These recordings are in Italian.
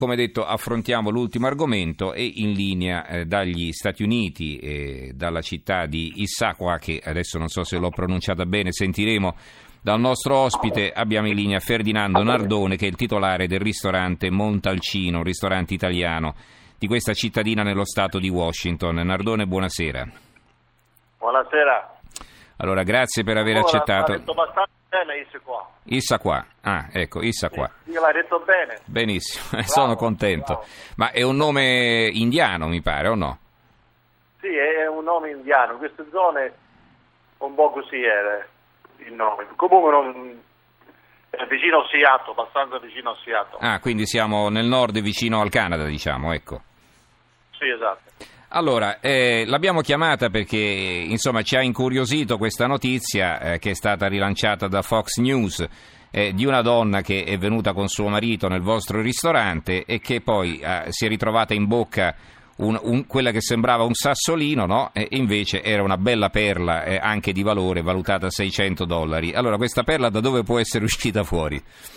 Come detto, affrontiamo l'ultimo argomento e in linea dagli Stati Uniti, dalla città di Issaquah, che adesso non so se l'ho pronunciata bene, sentiremo dal nostro ospite. Abbiamo in linea Ferdinando Nardone, che è il titolare del ristorante Montalcino, un ristorante italiano di questa cittadina nello stato di Washington. Nardone, buonasera. Buonasera. Allora, grazie per aver accettato. L'ha detto abbastanza bene Issaquah. Issaquah, ecco, Issaquah. Sì, l'hai detto bene. Benissimo, Bravo, sono contento. bravo. Ma è un nome indiano, mi pare, o no? Sì, è un nome indiano. In queste zone un po' così era il nome. Comunque è vicino a Seattle, abbastanza vicino a Seattle. Ah, quindi siamo nel nord vicino al Canada, diciamo, ecco. Sì, esatto. Allora, l'abbiamo chiamata perché, insomma, ci ha incuriosito questa notizia che è stata rilanciata da Fox News di una donna che è venuta con suo marito nel vostro ristorante e che poi si è ritrovata in bocca quella che sembrava un sassolino, no? E invece era una bella perla anche di valore, valutata a $600. Allora, questa perla da dove può essere uscita fuori?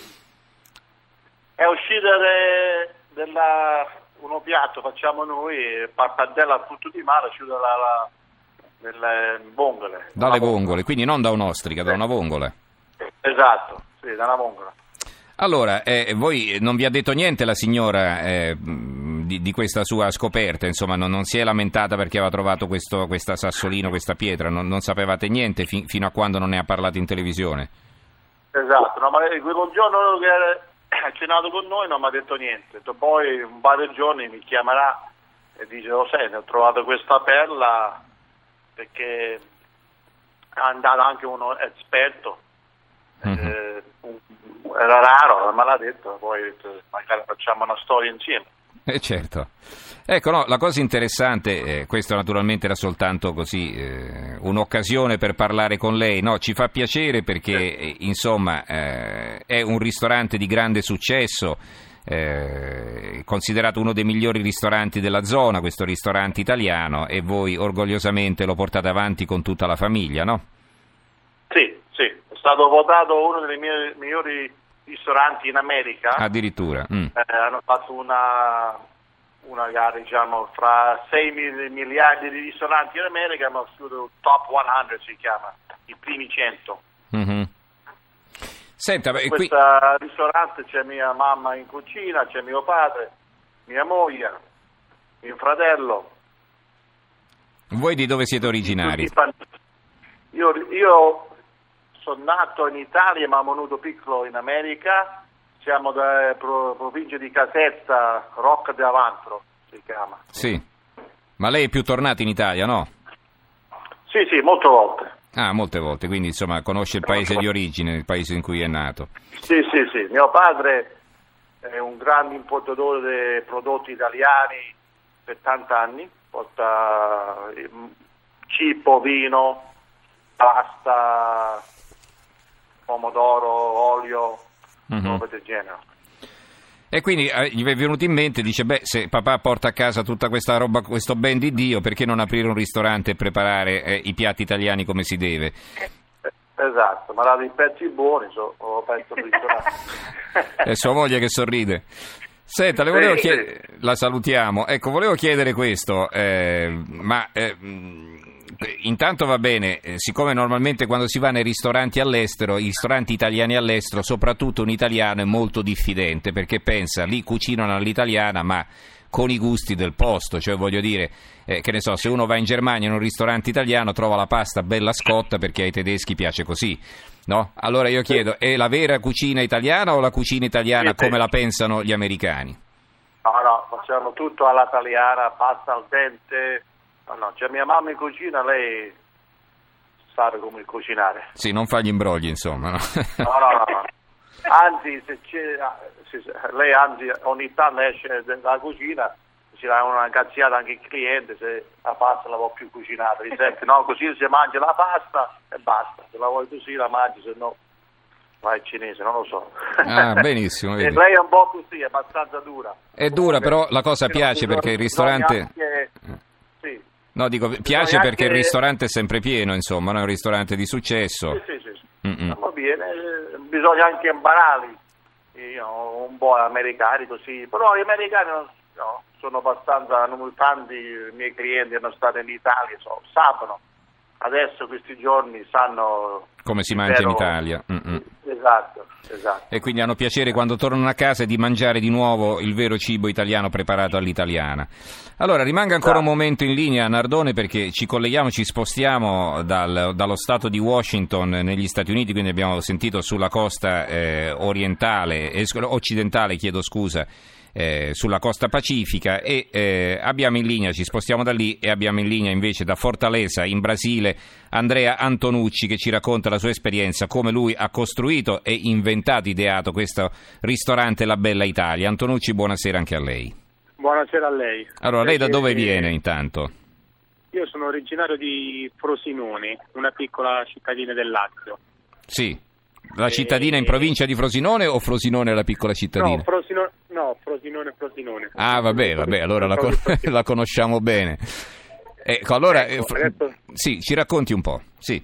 È uscita uno piatto facciamo noi, pappardella al frutto di mare, uscita dalle vongole. Dalle vongole, quindi non da un'ostrica, da una vongola. Esatto, sì, da una vongola. Allora, voi non vi ha detto niente la signora di questa sua scoperta, insomma, non si è lamentata perché aveva trovato questa sassolino, questa pietra, non sapevate niente fino a quando non ne ha parlato in televisione? Esatto, no, ma quel giorno che ha cenato con noi non mi ha detto niente, poi un paio di giorni mi chiamerà e dice: lo sai, ne ho trovato questa perla, perché è andato anche uno esperto. Era raro, me l'ha detto, poi magari facciamo una storia insieme. Certo. Ecco, no, la cosa interessante, questo naturalmente era soltanto così un'occasione per parlare con lei, no? Ci fa piacere perché insomma è un ristorante di grande successo, considerato uno dei migliori ristoranti della zona, questo ristorante italiano, e voi orgogliosamente lo portate avanti con tutta la famiglia, no? Sì, è stato votato uno dei migliori ristoranti in America. Addirittura. Hanno fatto una gara, diciamo, fra 6 miliardi di ristoranti in America, ma il Top 100 si chiama, i primi 100. Mm-hmm. Senta, in qui... questo ristorante c'è mia mamma in cucina, c'è mio padre, mia moglie, mio fratello. Voi di dove siete originari? Io sono nato in Italia ma venuto piccolo in America. Siamo da provincia di Caserta, Rocca di Avantro si chiama. Sì, ma lei è più tornato in Italia, no? Sì, molte volte. Ah, molte volte, quindi insomma conosce il paese di origine, il paese in cui è nato. Sì, mio padre è un grande importatore di prodotti italiani per tanti anni, porta cibo, vino, pasta, pomodoro, olio, roba del genere. E quindi gli è venuto in mente, dice, se papà porta a casa tutta questa roba, questo ben di Dio, perché non aprire un ristorante e preparare i piatti italiani come si deve? Esatto, ma dà dei pezzi buoni, ho aperto il ristorante. È sua moglie che sorride. Senta, le volevo chiedere, la salutiamo, ecco, volevo chiedere questo, intanto va bene, siccome normalmente quando si va nei ristoranti all'estero, i ristoranti italiani all'estero, soprattutto un italiano è molto diffidente perché pensa, lì cucinano all'italiana ma con i gusti del posto, cioè voglio dire, che ne so, se uno va in Germania in un ristorante italiano trova la pasta bella scotta perché ai tedeschi piace così, no? Allora io chiedo, è la vera cucina italiana o la cucina italiana come la pensano gli americani? No, facciamo tutto alla italiana, pasta al dente. No, c'è mia mamma in cucina, lei sa come cucinare. Sì, non fa gli imbrogli, insomma. No? No. Anzi, lei ogni tanto esce dalla cucina, ci dà una cazziata anche il cliente se la pasta la vuole più cucinata. Di sempre, no, così si mangia la pasta e basta. Se la vuoi così la mangi, se no vai cinese, non lo so. Ah, benissimo. E lei è un po' così, è abbastanza dura. È dura, però la cosa piace perché il ristorante... Sì. No, dico, piace perché il ristorante è sempre pieno, insomma, no? È un ristorante di successo. Sì. Va bene, bisogna anche imparare un po' americani così, però gli americani sono abbastanza, tanti miei clienti hanno stato in Italia, sappiano, adesso questi giorni sanno come si mangia in Italia. Esatto. E quindi hanno piacere quando tornano a casa di mangiare di nuovo il vero cibo italiano preparato all'italiana. Allora rimanga ancora un momento in linea, Nardone, perché ci colleghiamo, ci spostiamo dallo stato di Washington negli Stati Uniti, quindi abbiamo sentito sulla costa occidentale, sulla costa pacifica, e abbiamo in linea, ci spostiamo da lì e abbiamo in linea invece da Fortaleza in Brasile Andrea Antonucci, che ci racconta la sua esperienza, come lui ha costruito e inventato, ideato questo ristorante La Bella Italia. Antonucci, buonasera anche a lei. Buonasera a lei. Allora, lei da dove viene intanto? Io sono originario di Frosinone, una piccola cittadina del Lazio. Sì, la cittadina in provincia di Frosinone o Frosinone è la piccola cittadina? Frosinone. Ah, vabbè, allora la conosciamo bene. Ecco, allora, sì, ci racconti un po', sì.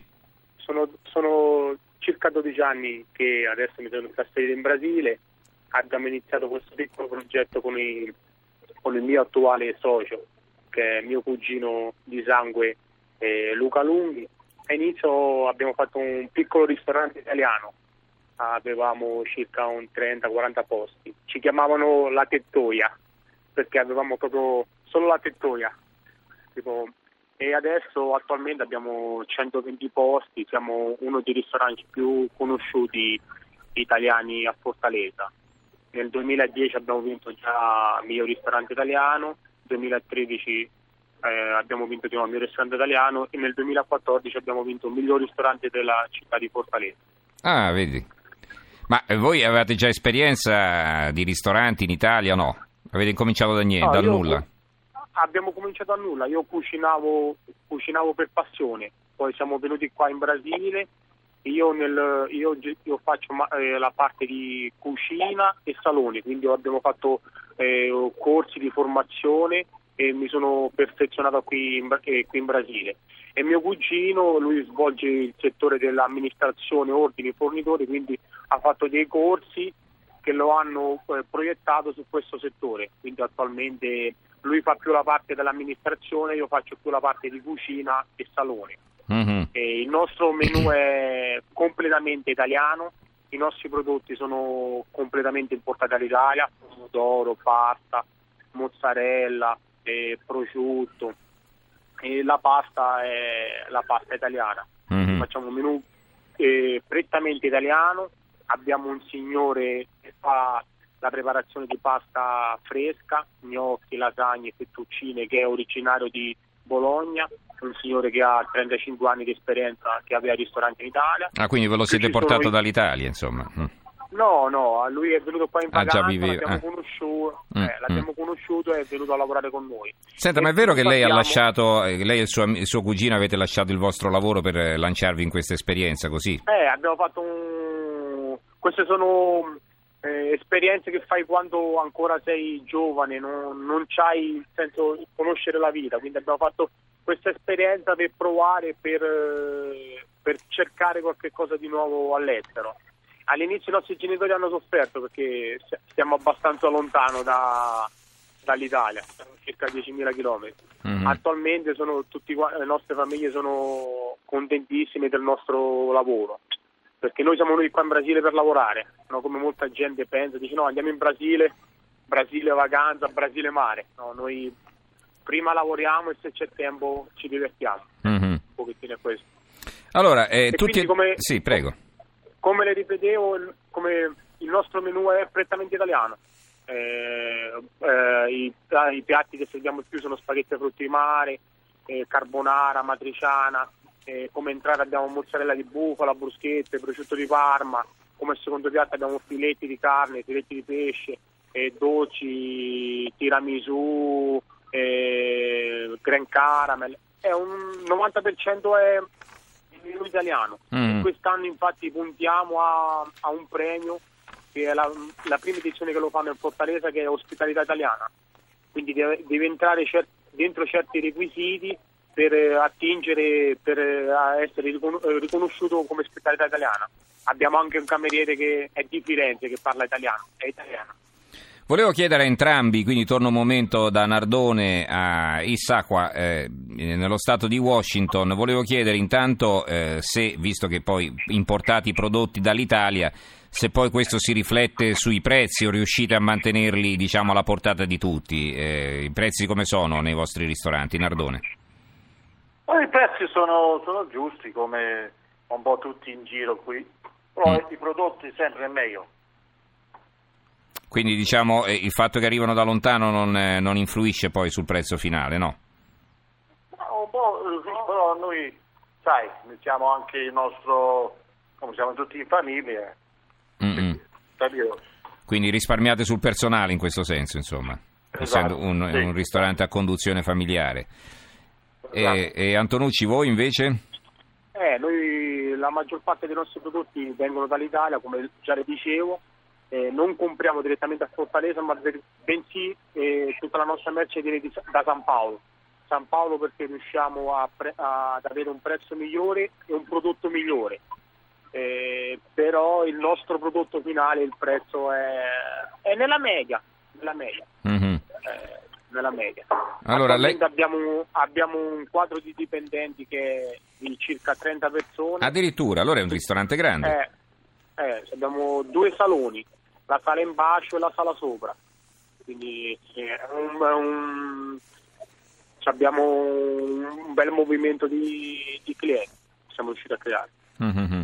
Sono circa 12 anni che adesso mi sono trasferito in Brasile, abbiamo iniziato questo piccolo progetto con il mio attuale socio, che è mio cugino di sangue, Luca Lunghi. All'inizio abbiamo fatto un piccolo ristorante italiano, avevamo circa un 30-40 posti, ci chiamavano La Tettoia, perché avevamo proprio solo la tettoia, e adesso attualmente abbiamo 120 posti, siamo uno dei ristoranti più conosciuti italiani a Fortaleza. Nel 2010 abbiamo vinto già miglior ristorante italiano, nel 2013 abbiamo vinto di nuovo miglior ristorante italiano e nel 2014 abbiamo vinto il miglior ristorante della città di Fortaleza. Ah, vedi. Ma voi avevate già esperienza di ristoranti in Italia o no? Avete incominciato da niente, dal nulla? Abbiamo cominciato da nulla, io cucinavo per passione, poi siamo venuti qua in Brasile, io faccio la parte di cucina e salone, quindi abbiamo fatto corsi di formazione e mi sono perfezionato qui in Brasile. E mio cugino, lui svolge il settore dell'amministrazione, ordini, fornitori, quindi ha fatto dei corsi che lo hanno proiettato su questo settore, quindi attualmente lui fa più la parte dell'amministrazione, io faccio più la parte di cucina e salone. E il nostro menù è completamente italiano, i nostri prodotti sono completamente importati dall'Italia, pomodoro, pasta, mozzarella, prosciutto, e la pasta è la pasta italiana. Facciamo un menù prettamente italiano, abbiamo un signore che fa la preparazione di pasta fresca, gnocchi, lasagne, fettuccine, che è originario di Bologna, un signore che ha 35 anni di esperienza, che aveva ristoranti in Italia. Ah, quindi ve lo siete portato dall'Italia, insomma? No, lui è venuto qua in vacanza, l'abbiamo conosciuto e è venuto a lavorare con noi. Senta, ma è vero che lei ha lasciato, lei e il suo cugino avete lasciato il vostro lavoro per lanciarvi in questa esperienza, così? Abbiamo fatto queste sono esperienze che fai quando ancora sei giovane, non c'hai il senso di conoscere la vita, quindi abbiamo fatto questa esperienza per provare, per cercare qualche cosa di nuovo all'estero. All'inizio i nostri genitori hanno sofferto perché stiamo abbastanza lontano dall'Italia, siamo circa 10.000 chilometri. Attualmente le nostre famiglie sono contentissime del nostro lavoro, perché noi siamo venuti qua in Brasile per lavorare, no? Come molta gente pensa, dice no, andiamo in Brasile vacanza, Brasile mare. No, noi prima lavoriamo e se c'è tempo ci divertiamo. Un pochettino è questo. Allora, sì, prego. Come le ripetevo, come il nostro menù è prettamente italiano. I piatti che serviamo più sono spaghetti ai frutti di mare, carbonara, matriciana. Come entrata abbiamo mozzarella di bufala, bruschette, prosciutto di Parma. Come secondo piatto abbiamo filetti di carne, filetti di pesce, dolci, tiramisù, Grand Caramel. È un 90% è menù italiano. Quest'anno infatti puntiamo a un premio che è la prima edizione che lo fanno in Fortaleza, che è ospitalità italiana, quindi deve entrare dentro certi requisiti per attingere, per essere riconosciuto come specialità italiana. Abbiamo anche un cameriere che è di Firenze, che parla italiano, è italiano. Volevo chiedere a entrambi, quindi torno un momento da Nardone a Issaquah, nello stato di Washington. Volevo chiedere intanto se, visto che poi importate i prodotti dall'Italia, se poi questo si riflette sui prezzi o riuscite a mantenerli, diciamo, alla portata di tutti. I prezzi come sono nei vostri ristoranti, Nardone? I prezzi sono giusti, come un po' tutti in giro qui, però i prodotti sempre meglio. Quindi diciamo il fatto che arrivano da lontano non influisce poi sul prezzo finale, no? Un po', però noi, sai, mettiamo anche il nostro, come siamo tutti in famiglia, quindi risparmiate sul personale in questo senso, insomma, esatto, essendo un ristorante a conduzione familiare. Esatto. E Antonucci, voi invece? Noi la maggior parte dei nostri prodotti vengono dall'Italia, come già le dicevo. Non compriamo direttamente a Fortaleza, ma bensì tutta la nostra merce viene da San Paolo. San Paolo perché riusciamo ad avere un prezzo migliore e un prodotto migliore. Però il nostro prodotto finale, il prezzo è nella media. Mm-hmm. Nella media. Allora, abbiamo un quadro di dipendenti che è di circa 30 persone. Addirittura, allora è un ristorante grande. Abbiamo 2 saloni, la sala in basso e la sala sopra, quindi abbiamo un bel movimento di clienti che siamo riusciti a creare. Mm-hmm.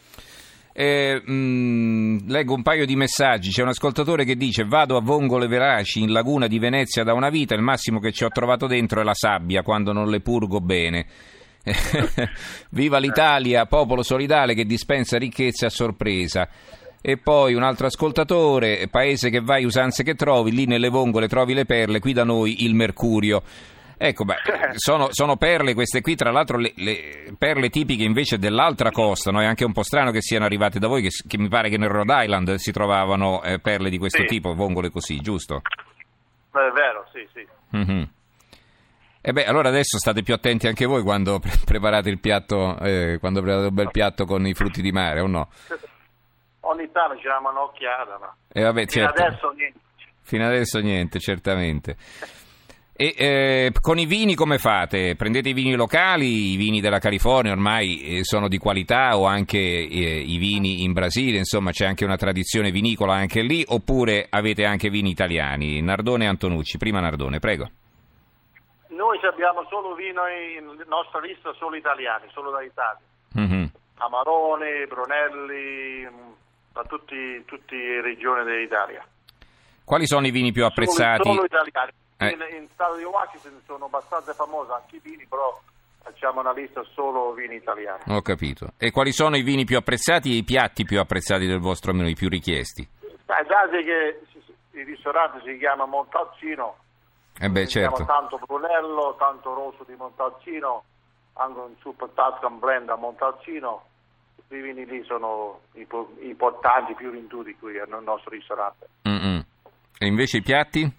Leggo un paio di messaggi. C'è un ascoltatore che dice: vado a Vongole Veraci in laguna di Venezia da una vita, il massimo che ci ho trovato dentro è la sabbia quando non le purgo bene. Viva l'Italia, popolo solidale che dispensa ricchezze a sorpresa. E poi un altro ascoltatore: paese che vai, usanze che trovi, lì nelle vongole trovi le perle, qui da noi il mercurio. Ecco, sono perle queste qui, tra l'altro le perle tipiche invece dell'altra costa, no? È anche un po' strano che siano arrivate da voi, che mi pare che nel Rhode Island si trovavano perle di questo tipo, vongole così, giusto? È vero, sì. Mm-hmm. Allora adesso state più attenti anche voi quando preparate il piatto, quando preparate un bel piatto con i frutti di mare, o no? Ogni tanto ci diamo un'occhiata, ma certo. Fino adesso niente, certamente. E con i vini come fate? Prendete i vini locali, i vini della California ormai sono di qualità, o anche i vini in Brasile, insomma c'è anche una tradizione vinicola anche lì, oppure avete anche vini italiani? Nardone e Antonucci, prima Nardone, prego. Noi abbiamo solo vino in nostra lista, solo italiani, solo dall'Italia. Mm-hmm. Amarone, Brunelli, da tutte le regioni dell'Italia. Quali sono i vini più apprezzati? Solo italiani. In stato di Washington sono abbastanza famosi anche i vini, però facciamo una lista solo vini italiani. Ho capito. E quali sono i vini più apprezzati e i piatti più apprezzati del vostro menù, i più richiesti? Date che il ristorante si chiama Montalcino, certo. Tanto Brunello, tanto Rosso di Montalcino, anche un Super Tuscan Blend a Montalcino. I vini lì sono importanti, più venduti qui nel nostro ristorante. Mm-mm. E invece i piatti?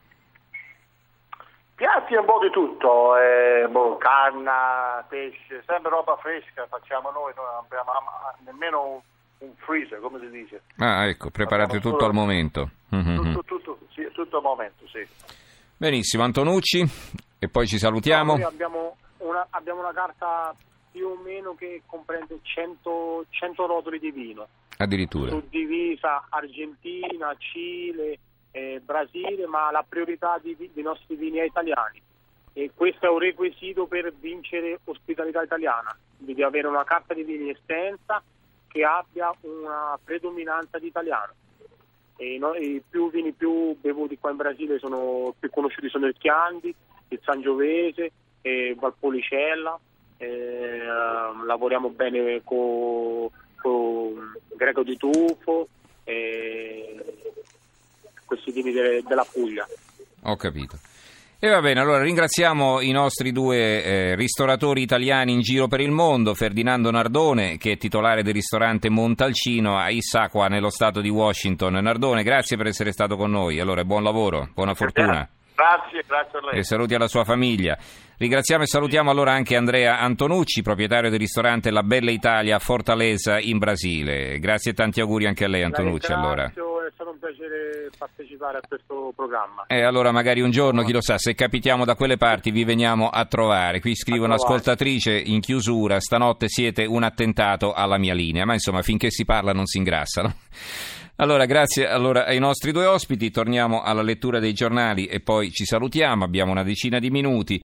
Piatti un po' di tutto, carne, pesce, sempre roba fresca facciamo noi non abbiamo nemmeno un freezer, come si dice. Ecco, preparate tutto al momento. Mm-hmm. Tutto al momento, sì. Benissimo, Antonucci, e poi ci salutiamo. Noi abbiamo una carta più o meno che comprende 100 rotoli di vino. Addirittura. Suddivisa Argentina, Cile, Brasile, ma la priorità dei nostri vini è italiani, e questo è un requisito per vincere ospitalità italiana. Devi avere una carta di vini estensa che abbia una predominanza di italiano. E i vini più bevuti qua in Brasile più conosciuti sono il Chianti, il Sangiovese, Valpolicella. Lavoriamo bene con Greco di Tufo, questi vini della Puglia. Ho capito. E va bene, allora ringraziamo i nostri due ristoratori italiani in giro per il mondo, Ferdinando Nardone, che è titolare del ristorante Montalcino a Issaquah nello stato di Washington. Nardone, grazie per essere stato con noi, allora buon lavoro, buona fortuna. Grazie a lei. E saluti alla sua famiglia. Ringraziamo e salutiamo allora anche Andrea Antonucci, proprietario del ristorante La Bella Italia a Fortaleza in Brasile. Grazie e tanti auguri anche a lei, Antonucci. Allora. È stato un piacere partecipare a questo programma. E allora magari un giorno, chi lo sa, se capitiamo da quelle parti vi veniamo a trovare. Qui scrive un'ascoltatrice in chiusura: stanotte siete un attentato alla mia linea, ma insomma finché si parla non si ingrassano. Allora, grazie ai nostri due ospiti, torniamo alla lettura dei giornali e poi ci salutiamo, abbiamo una decina di minuti.